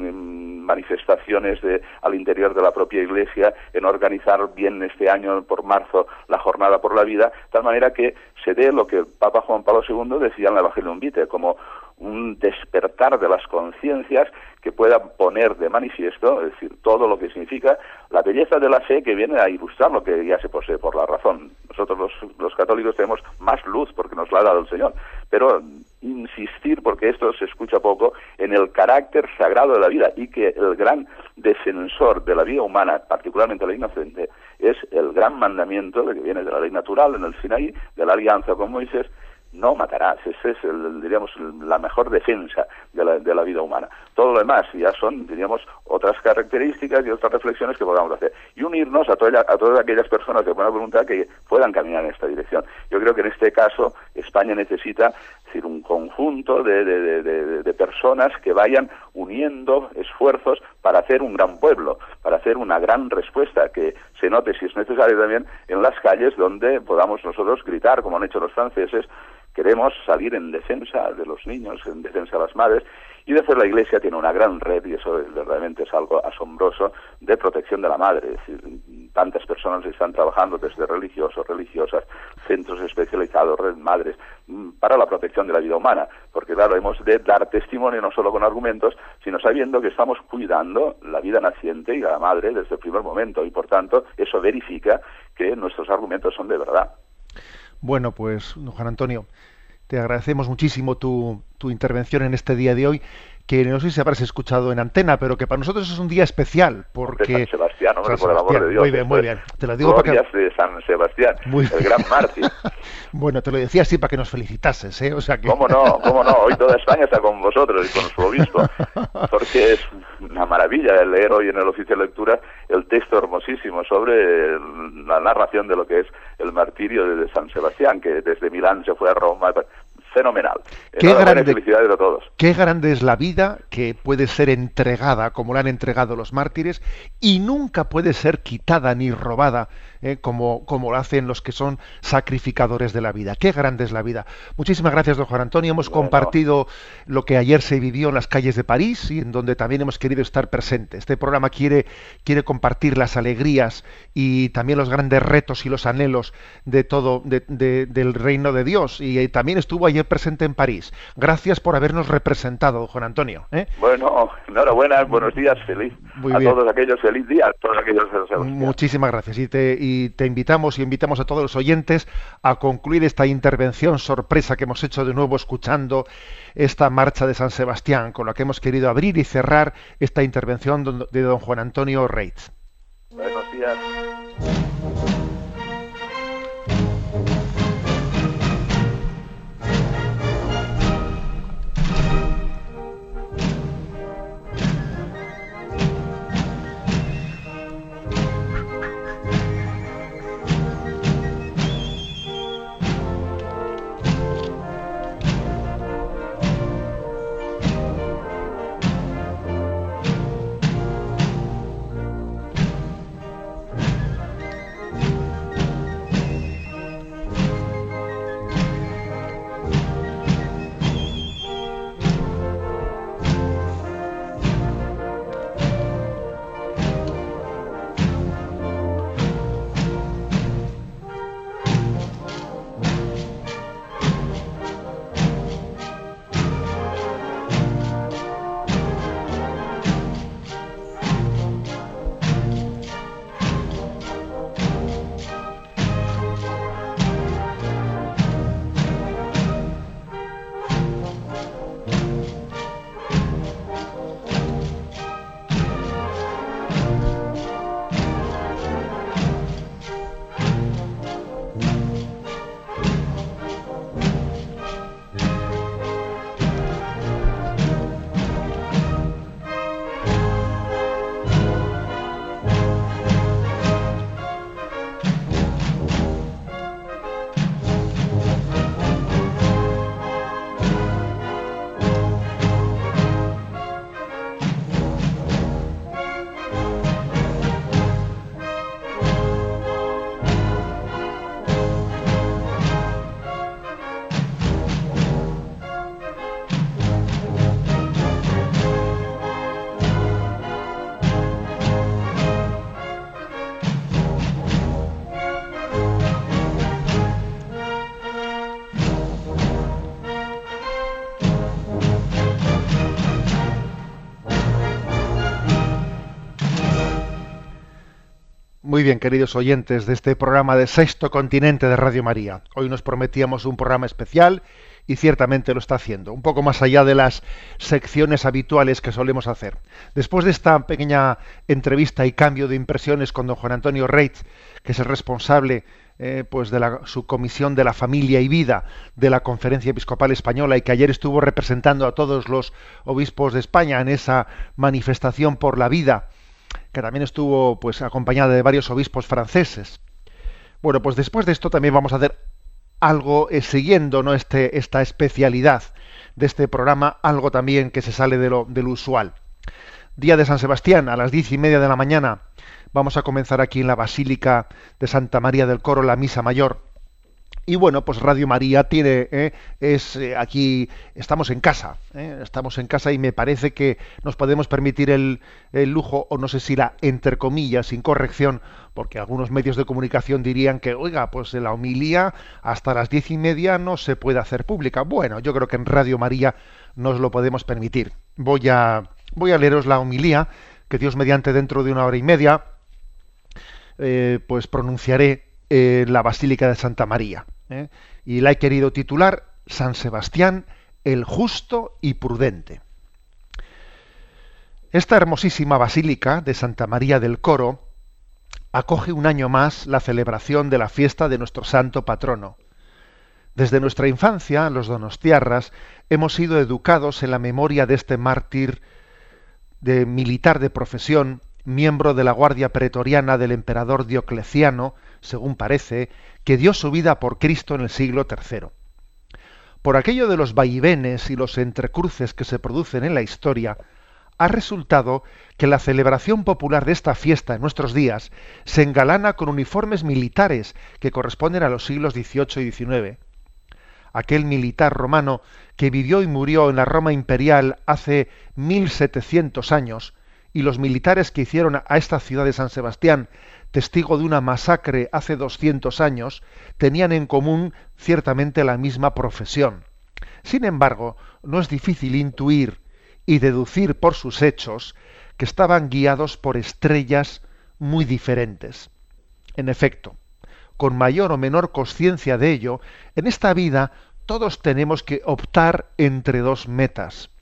manifestaciones al interior de la propia Iglesia, en organizar bien este año por marzo la Jornada por la Vida, de tal manera que se dé lo que el Papa Juan Pablo II decía en el Evangelium Vitae, como un despertar de las conciencias que pueda poner de manifiesto, es decir, todo lo que significa la belleza de la fe, que viene a ilustrar lo que ya se posee por la razón. Nosotros los católicos tenemos más luz porque nos la ha dado el Señor, pero insistir, porque esto se escucha poco, en el carácter sagrado de la vida, y que el gran defensor de la vida humana, particularmente la inocente, es el gran mandamiento que viene de la ley natural en el Sinaí, de la alianza con Moisés: no matarás. Ese es diríamos, la mejor defensa de la vida humana. Todo lo demás ya son, diríamos, otras características y otras reflexiones que podamos hacer. Y unirnos a todas aquellas personas de buena voluntad que puedan caminar en esta dirección. Yo creo que en este caso España necesita, es decir, un conjunto de personas que vayan uniendo esfuerzos para hacer un gran pueblo, para hacer una gran respuesta que se note, si es necesario, también en las calles, donde podamos nosotros gritar, como han hecho los franceses: queremos salir en defensa de los niños, en defensa de las madres. Y después la Iglesia tiene una gran red, y eso verdaderamente es algo asombroso, de protección de la madre. Es decir, tantas personas están trabajando, desde religiosos, religiosas, centros especializados, red madres, para la protección de la vida humana. Porque claro, hemos de dar testimonio no solo con argumentos, sino sabiendo que estamos cuidando la vida naciente y a la madre desde el primer momento, y por tanto eso verifica que nuestros argumentos son de verdad. Bueno, pues, don Juan Antonio, te agradecemos muchísimo tu intervención en este día de hoy, que no sé si habrás escuchado en antena, pero que para nosotros es un día especial, porque... San Sebastián, hombre, por el amor de Dios. Muy bien. Te lo digo para que... de San Sebastián, el gran mártir. Bueno, te lo decía así para que nos felicitases, ¿eh? O sea que... ¿Cómo no? Hoy toda España está con vosotros y con su obispo, porque es una maravilla leer hoy en el oficio de lectura el texto hermosísimo sobre la narración de lo que es el martirio de San Sebastián, que desde Milán se fue a Roma. Fenomenal. Qué grande, felicidades a todos. Qué grande es la vida, que puede ser entregada como la han entregado los mártires, y nunca puede ser quitada ni robada, como lo hacen los que son sacrificadores de la vida. Qué grande es la vida. Muchísimas gracias, don Juan Antonio. Hemos compartido lo que ayer se vivió en las calles de París, y en donde también hemos querido estar presentes. Este programa quiere compartir las alegrías y también los grandes retos y los anhelos de todo del reino de Dios, y también estuvo ayer presente en París. Gracias por habernos representado, Juan Antonio. Bueno, enhorabuena, buenos días, feliz. Muy a bien. Todos aquellos, feliz día, a todos aquellos. Muchísimas gracias. Y te invitamos a todos los oyentes a concluir esta intervención sorpresa que hemos hecho de nuevo escuchando esta marcha de San Sebastián, con la que hemos querido abrir y cerrar esta intervención de don Juan Antonio Reitz. Buenos días. Muy bien, queridos oyentes de este programa de Sexto Continente de Radio María. Hoy nos prometíamos un programa especial y ciertamente lo está haciendo, un poco más allá de las secciones habituales que solemos hacer. Después de esta pequeña entrevista y cambio de impresiones con don Juan Antonio Reitz, que es el responsable pues de la subcomisión de la familia y vida de la Conferencia Episcopal Española y que ayer estuvo representando a todos los obispos de España en esa manifestación por la vida, que también estuvo pues acompañada de varios obispos franceses. Bueno, pues después de esto también vamos a hacer algo siguiendo, ¿no?, esta especialidad de este programa, algo también que se sale de lo usual. Día de San Sebastián, a las 10:30 de la mañana, vamos a comenzar aquí en la Basílica de Santa María del Coro la Misa Mayor. Y bueno, pues Radio María tiene, aquí estamos en casa, y me parece que nos podemos permitir el lujo, o no sé si la entre comillas, sin corrección, porque algunos medios de comunicación dirían que, oiga, pues la homilía hasta las 10:30 no se puede hacer pública. Bueno, yo creo que en Radio María nos lo podemos permitir. Voy a leeros la homilía, que Dios mediante dentro de 1 hora y media, pues pronunciaré en la Basílica de Santa María. Y la he querido titular San Sebastián, el justo y prudente. Esta hermosísima Basílica de Santa María del Coro acoge un año más la celebración de la fiesta de nuestro santo patrono. Desde nuestra infancia, los donostiarras hemos sido educados en la memoria de este mártir militar de profesión, miembro de la Guardia Pretoriana del emperador Diocleciano, según parece, que dio su vida por Cristo en el siglo III. Por aquello de los vaivenes y los entrecruces que se producen en la historia, ha resultado que la celebración popular de esta fiesta en nuestros días se engalana con uniformes militares que corresponden a los siglos XVIII y XIX. Aquel militar romano que vivió y murió en la Roma imperial hace 1700 años, y los militares que hicieron a esta ciudad de San Sebastián testigo de una masacre hace 200 años, tenían en común ciertamente la misma profesión. Sin embargo, no es difícil intuir y deducir por sus hechos que estaban guiados por estrellas muy diferentes. En efecto, con mayor o menor consciencia de ello, en esta vida todos tenemos que optar entre dos metas: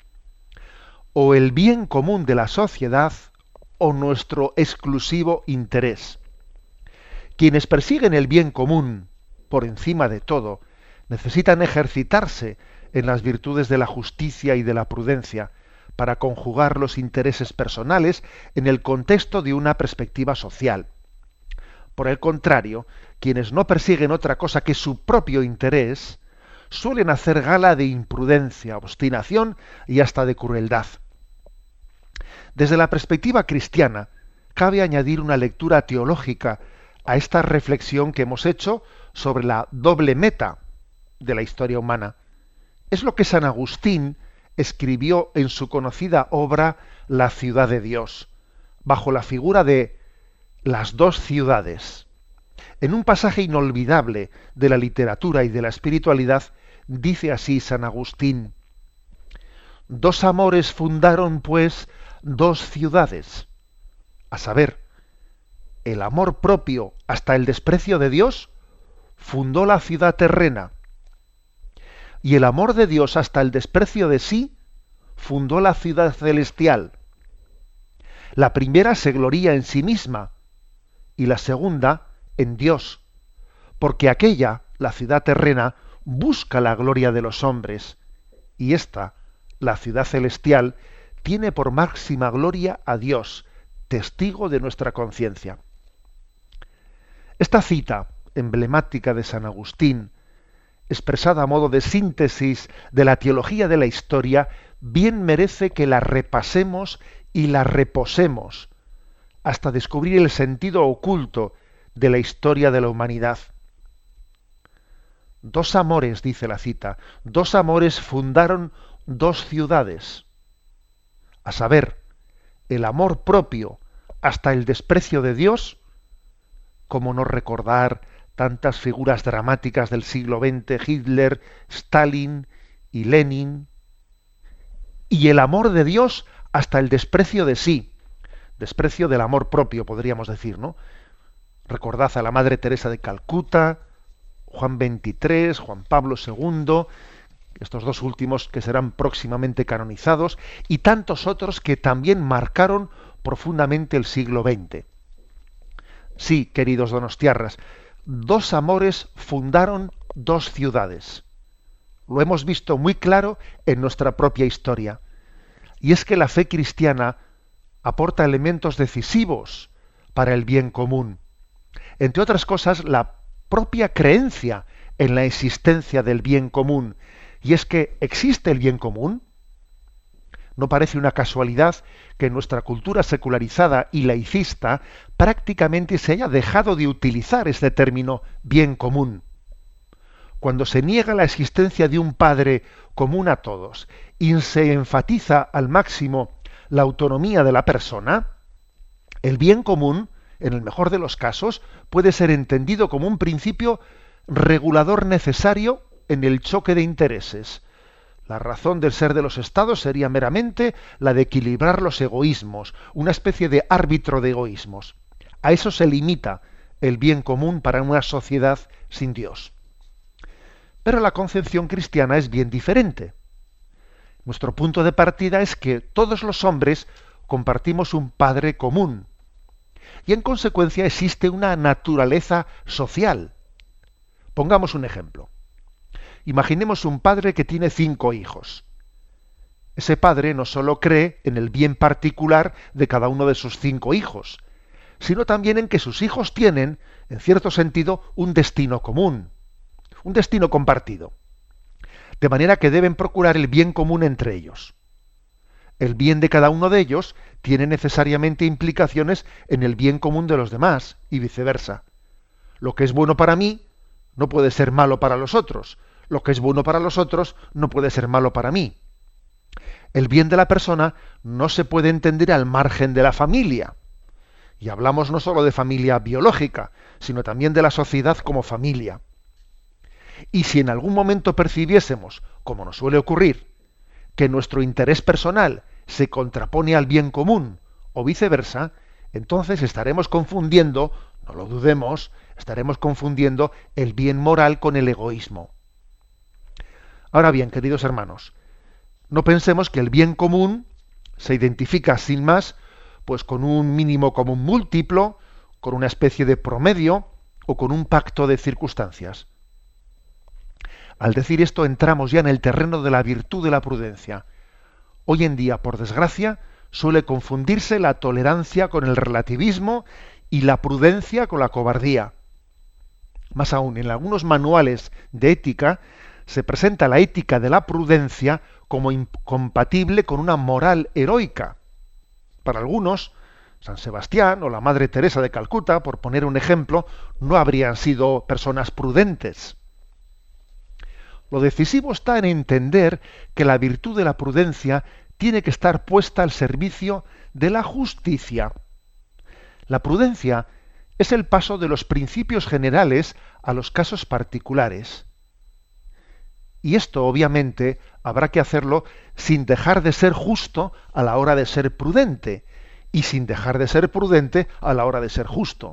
o el bien común de la sociedad o nuestro exclusivo interés. Quienes persiguen el bien común por encima de todo necesitan ejercitarse en las virtudes de la justicia y de la prudencia para conjugar los intereses personales en el contexto de una perspectiva social. Por el contrario, quienes no persiguen otra cosa que su propio interés suelen hacer gala de imprudencia, obstinación y hasta de crueldad. Desde la perspectiva cristiana, cabe añadir una lectura teológica a esta reflexión que hemos hecho sobre la doble meta de la historia humana. Es lo que San Agustín escribió en su conocida obra La ciudad de Dios, bajo la figura de las dos ciudades. En un pasaje inolvidable de la literatura y de la espiritualidad, dice así San Agustín: dos amores fundaron, pues, dos ciudades, a saber, el amor propio hasta el desprecio de Dios fundó la ciudad terrena, y el amor de Dios hasta el desprecio de sí fundó la ciudad celestial. La primera se gloría en sí misma y la segunda en Dios, porque aquella, la ciudad terrena, busca la gloria de los hombres, y esta, la ciudad celestial, tiene por máxima gloria a Dios, testigo de nuestra conciencia. Esta cita emblemática de San Agustín, expresada a modo de síntesis de la teología de la historia, bien merece que la repasemos y la reposemos hasta descubrir el sentido oculto de la historia de la humanidad. Dos amores, dice la cita, dos amores fundaron dos ciudades, a saber, el amor propio hasta el desprecio de Dios, como no recordar tantas figuras dramáticas del siglo XX, Hitler, Stalin y Lenin, y el amor de Dios hasta el desprecio de sí, desprecio del amor propio, podríamos decir, ¿no? Recordad a la Madre Teresa de Calcuta, Juan XXIII, Juan Pablo II, estos dos últimos que serán próximamente canonizados, y tantos otros que también marcaron profundamente el siglo XX. Sí, queridos donostiarras, dos amores fundaron dos ciudades. Lo hemos visto muy claro en nuestra propia historia. Y es que la fe cristiana aporta elementos decisivos para el bien común. Entre otras cosas, la propia creencia en la existencia del bien común. Y es que existe el bien común. No parece una casualidad que en nuestra cultura secularizada y laicista prácticamente se haya dejado de utilizar este término bien común. Cuando se niega la existencia de un Padre común a todos y se enfatiza al máximo la autonomía de la persona, el bien común, en el mejor de los casos, puede ser entendido como un principio regulador necesario en el choque de intereses. La razón del ser de los estados sería meramente la de equilibrar los egoísmos, una especie de árbitro de egoísmos. A eso se limita el bien común para una sociedad sin Dios. Pero la concepción cristiana es bien diferente. Nuestro punto de partida es que todos los hombres compartimos un Padre común y en consecuencia existe una naturaleza social. Pongamos un ejemplo. Imaginemos un padre que tiene 5 hijos. Ese padre no solo cree en el bien particular de cada uno de sus 5 hijos, sino también en que sus hijos tienen, en cierto sentido, un destino común, un destino compartido. De manera que deben procurar el bien común entre ellos. El bien de cada uno de ellos tiene necesariamente implicaciones en el bien común de los demás, y viceversa. Lo que es bueno para mí no puede ser malo para los otros. Lo que es bueno para los otros no puede ser malo para mí. El bien de la persona no se puede entender al margen de la familia. Y hablamos no solo de familia biológica, sino también de la sociedad como familia. Y si en algún momento percibiésemos, como nos suele ocurrir, que nuestro interés personal se contrapone al bien común, o viceversa, entonces estaremos confundiendo, no lo dudemos, estaremos confundiendo el bien moral con el egoísmo. Ahora bien, queridos hermanos, no pensemos que el bien común se identifica sin más pues con un mínimo común múltiplo, con una especie de promedio o con un pacto de circunstancias. Al decir esto entramos ya en el terreno de la virtud de la prudencia. Hoy en día, por desgracia, suele confundirse la tolerancia con el relativismo y la prudencia con la cobardía. Más aún, en algunos manuales de ética se presenta la ética de la prudencia como incompatible con una moral heroica. Para algunos, San Sebastián o la Madre Teresa de Calcuta, por poner un ejemplo, no habrían sido personas prudentes. Lo decisivo está en entender que la virtud de la prudencia tiene que estar puesta al servicio de la justicia. La prudencia es el paso de los principios generales a los casos particulares. Y esto, obviamente, habrá que hacerlo sin dejar de ser justo a la hora de ser prudente, y sin dejar de ser prudente a la hora de ser justo.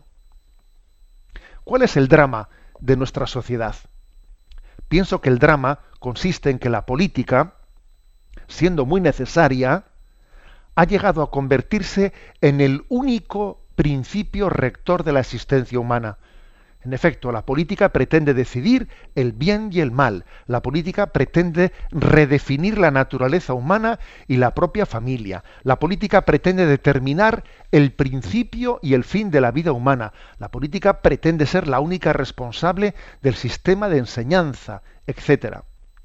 ¿Cuál es el drama de nuestra sociedad? Pienso que el drama consiste en que la política, siendo muy necesaria, ha llegado a convertirse en el único principio rector de la existencia humana. En efecto, la política pretende decidir el bien y el mal. La política pretende redefinir la naturaleza humana y la propia familia. La política pretende determinar el principio y el fin de la vida humana. La política pretende ser la única responsable del sistema de enseñanza, etc.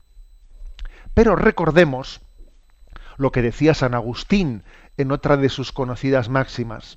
Pero recordemos lo que decía San Agustín en otra de sus conocidas máximas.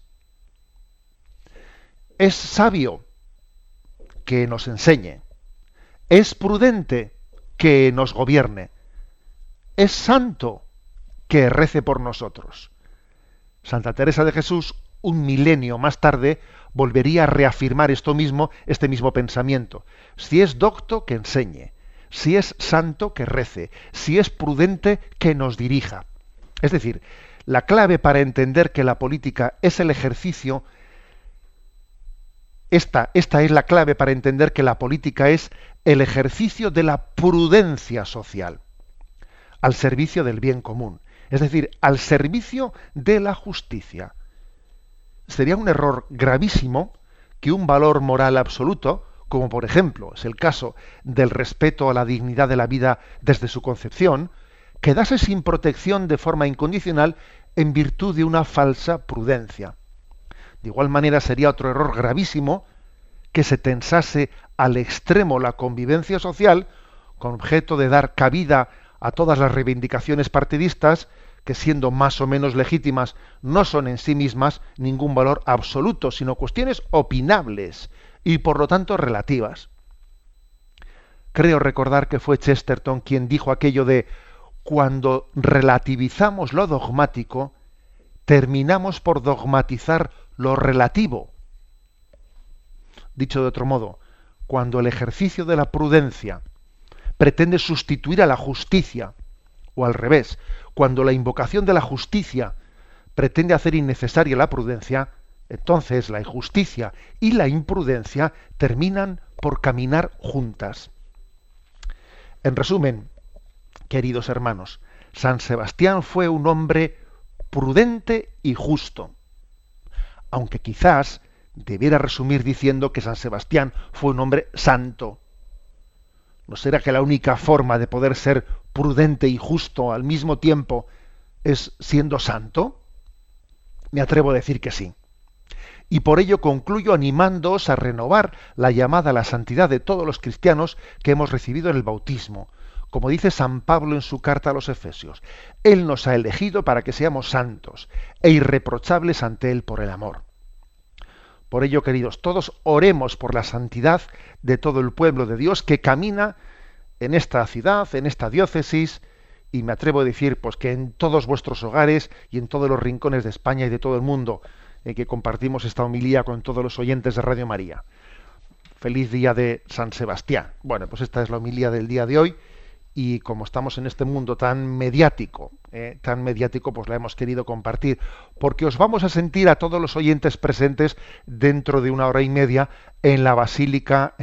Es sabio que nos enseñe, es prudente que nos gobierne, es santo que rece por nosotros. Santa Teresa de Jesús, un milenio más tarde, volvería a reafirmar este mismo pensamiento. Si es docto, que enseñe, si es santo, que rece, si es prudente, que nos dirija. Es decir, la clave para entender que la política es el ejercicio Esta es la clave para entender que la política es el ejercicio de la prudencia social, al servicio del bien común, es decir, al servicio de la justicia. Sería un error gravísimo que un valor moral absoluto, como por ejemplo es el caso del respeto a la dignidad de la vida desde su concepción, quedase sin protección de forma incondicional en virtud de una falsa prudencia. De igual manera sería otro error gravísimo que se tensase al extremo la convivencia social con objeto de dar cabida a todas las reivindicaciones partidistas que, siendo más o menos legítimas, no son en sí mismas ningún valor absoluto, sino cuestiones opinables y por lo tanto relativas. Creo recordar que fue Chesterton quien dijo aquello de: cuando relativizamos lo dogmático, terminamos por dogmatizar lo relativo. Dicho de otro modo, cuando el ejercicio de la prudencia pretende sustituir a la justicia, o al revés, cuando la invocación de la justicia pretende hacer innecesaria la prudencia, entonces la injusticia y la imprudencia terminan por caminar juntas. En resumen, queridos hermanos, San Sebastián fue un hombre prudente y justo, aunque quizás debiera resumir diciendo que San Sebastián fue un hombre santo. ¿No será que la única forma de poder ser prudente y justo al mismo tiempo es siendo santo? Me atrevo a decir que sí. Y por ello concluyo animándoos a renovar la llamada a la santidad de todos los cristianos que hemos recibido en el bautismo. Como dice San Pablo en su carta a los Efesios, Él nos ha elegido para que seamos santos e irreprochables ante Él por el amor. Por ello, queridos, todos oremos por la santidad de todo el pueblo de Dios que camina en esta ciudad, en esta diócesis, y me atrevo a decir pues que en todos vuestros hogares y en todos los rincones de España y de todo el mundo, que compartimos esta homilía con todos los oyentes de Radio María. Feliz día de San Sebastián. Bueno, pues esta es la homilía del día de hoy, y como estamos en este mundo tan mediático, pues la hemos querido compartir, porque os vamos a sentir a todos los oyentes presentes dentro de 1 hora y media en la Basílica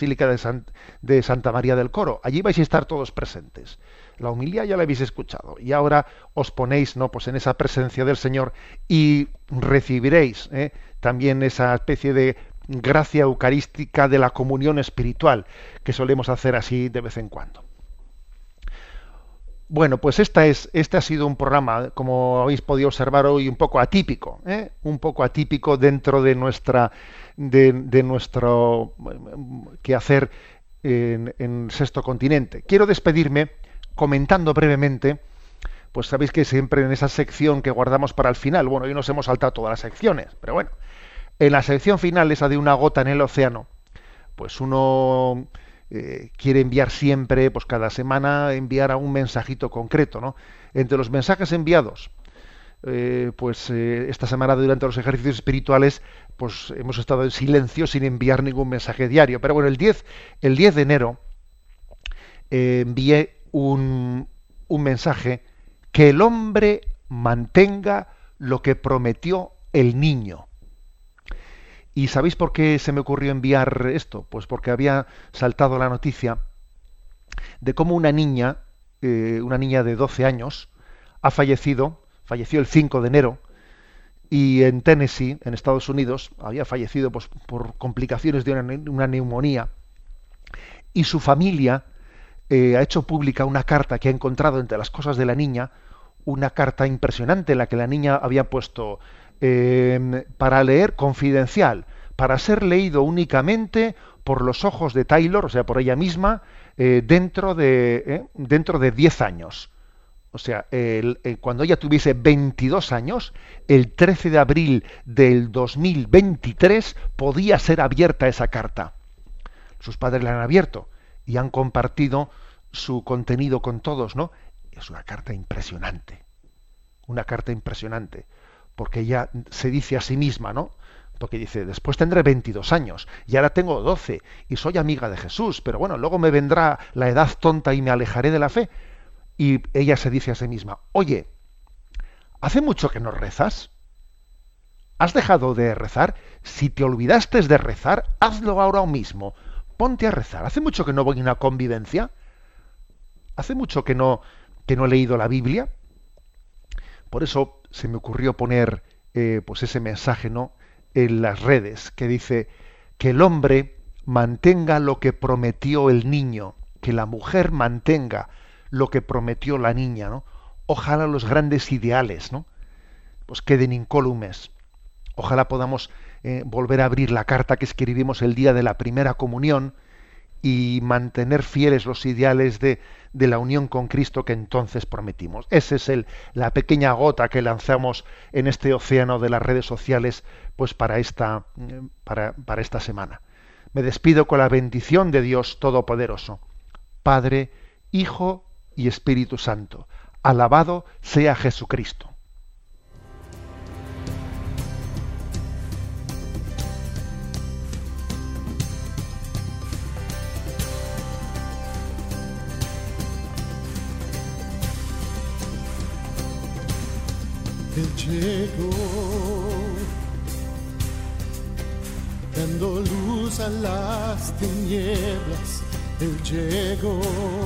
de Santa María del Coro. Allí vais a estar todos presentes. La homilía ya la habéis escuchado y ahora os ponéis, ¿no?, pues en esa presencia del Señor y recibiréis también esa especie de gracia eucarística de la comunión espiritual que solemos hacer así de vez en cuando. Bueno, pues este ha sido un programa, como habéis podido observar hoy, un poco atípico, dentro de nuestro quehacer en Sexto Continente. Quiero despedirme comentando brevemente, pues sabéis que siempre en esa sección que guardamos para el final, bueno, hoy nos hemos saltado todas las secciones, pero bueno, en la sección final, esa de una gota en el océano, pues uno quiere enviar siempre, pues cada semana enviar a un mensajito concreto, ¿no? Entre los mensajes enviados, esta semana durante los ejercicios espirituales, pues hemos estado en silencio sin enviar ningún mensaje diario. Pero bueno, el 10 de enero envié un mensaje: que el hombre mantenga lo que prometió el niño. ¿Y sabéis por qué se me ocurrió enviar esto? Pues porque había saltado la noticia de cómo una niña de 12 años, falleció el 5 de enero, y en Tennessee, en Estados Unidos, había fallecido pues, por complicaciones de una neumonía, y su familia ha hecho pública una carta que ha encontrado entre las cosas de la niña, una carta impresionante en la que la niña había puesto para leer, confidencial, para ser leído únicamente por los ojos de Taylor, o sea, por ella misma, dentro de 10 años. O sea, cuando ella tuviese 22 años, el 13 de abril del 2023, podía ser abierta esa carta. Sus padres la han abierto y han compartido su contenido con todos, ¿no? Es una carta impresionante. Una carta impresionante. Porque ella se dice a sí misma, ¿no? Porque dice, después tendré 22 años, y ahora tengo 12, y soy amiga de Jesús, pero bueno, luego me vendrá la edad tonta y me alejaré de la fe. Y ella se dice a sí misma, oye, ¿hace mucho que no rezas? ¿Has dejado de rezar? Si te olvidaste de rezar, hazlo ahora mismo. Ponte a rezar. ¿Hace mucho que no voy a una convivencia? ¿Hace mucho que no he leído la Biblia? Por eso se me ocurrió poner pues ese mensaje, ¿no?, en las redes, que dice que el hombre mantenga lo que prometió el niño, que la mujer mantenga lo que prometió la niña, ¿no? Ojalá los grandes ideales, ¿no?, pues queden incólumes. Ojalá podamos volver a abrir la carta que escribimos el día de la primera comunión y mantener fieles los ideales de la unión con Cristo que entonces prometimos. Esa es la pequeña gota que lanzamos en este océano de las redes sociales, pues para esta semana. Me despido con la bendición de Dios Todopoderoso, Padre, Hijo y Espíritu Santo. Alabado sea Jesucristo. Él llegó, dando luz a las tinieblas. Él llegó,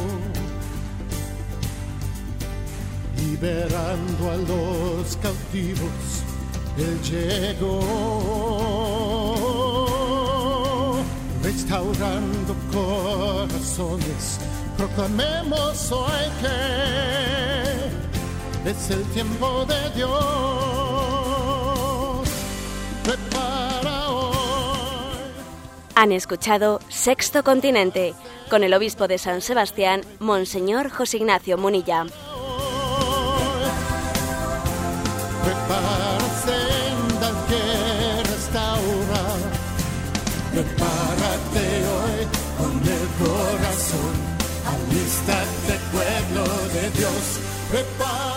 liberando a los cautivos. Él llegó, restaurando corazones. Proclamemos hoy que es el tiempo de Dios. Prepara hoy. Han escuchado Sexto Continente con el obispo de San Sebastián, Monseñor José Ignacio Munilla. Prepara senda que restaura. Prepárate hoy con el corazón. Alístate, pueblo de Dios. Prepara.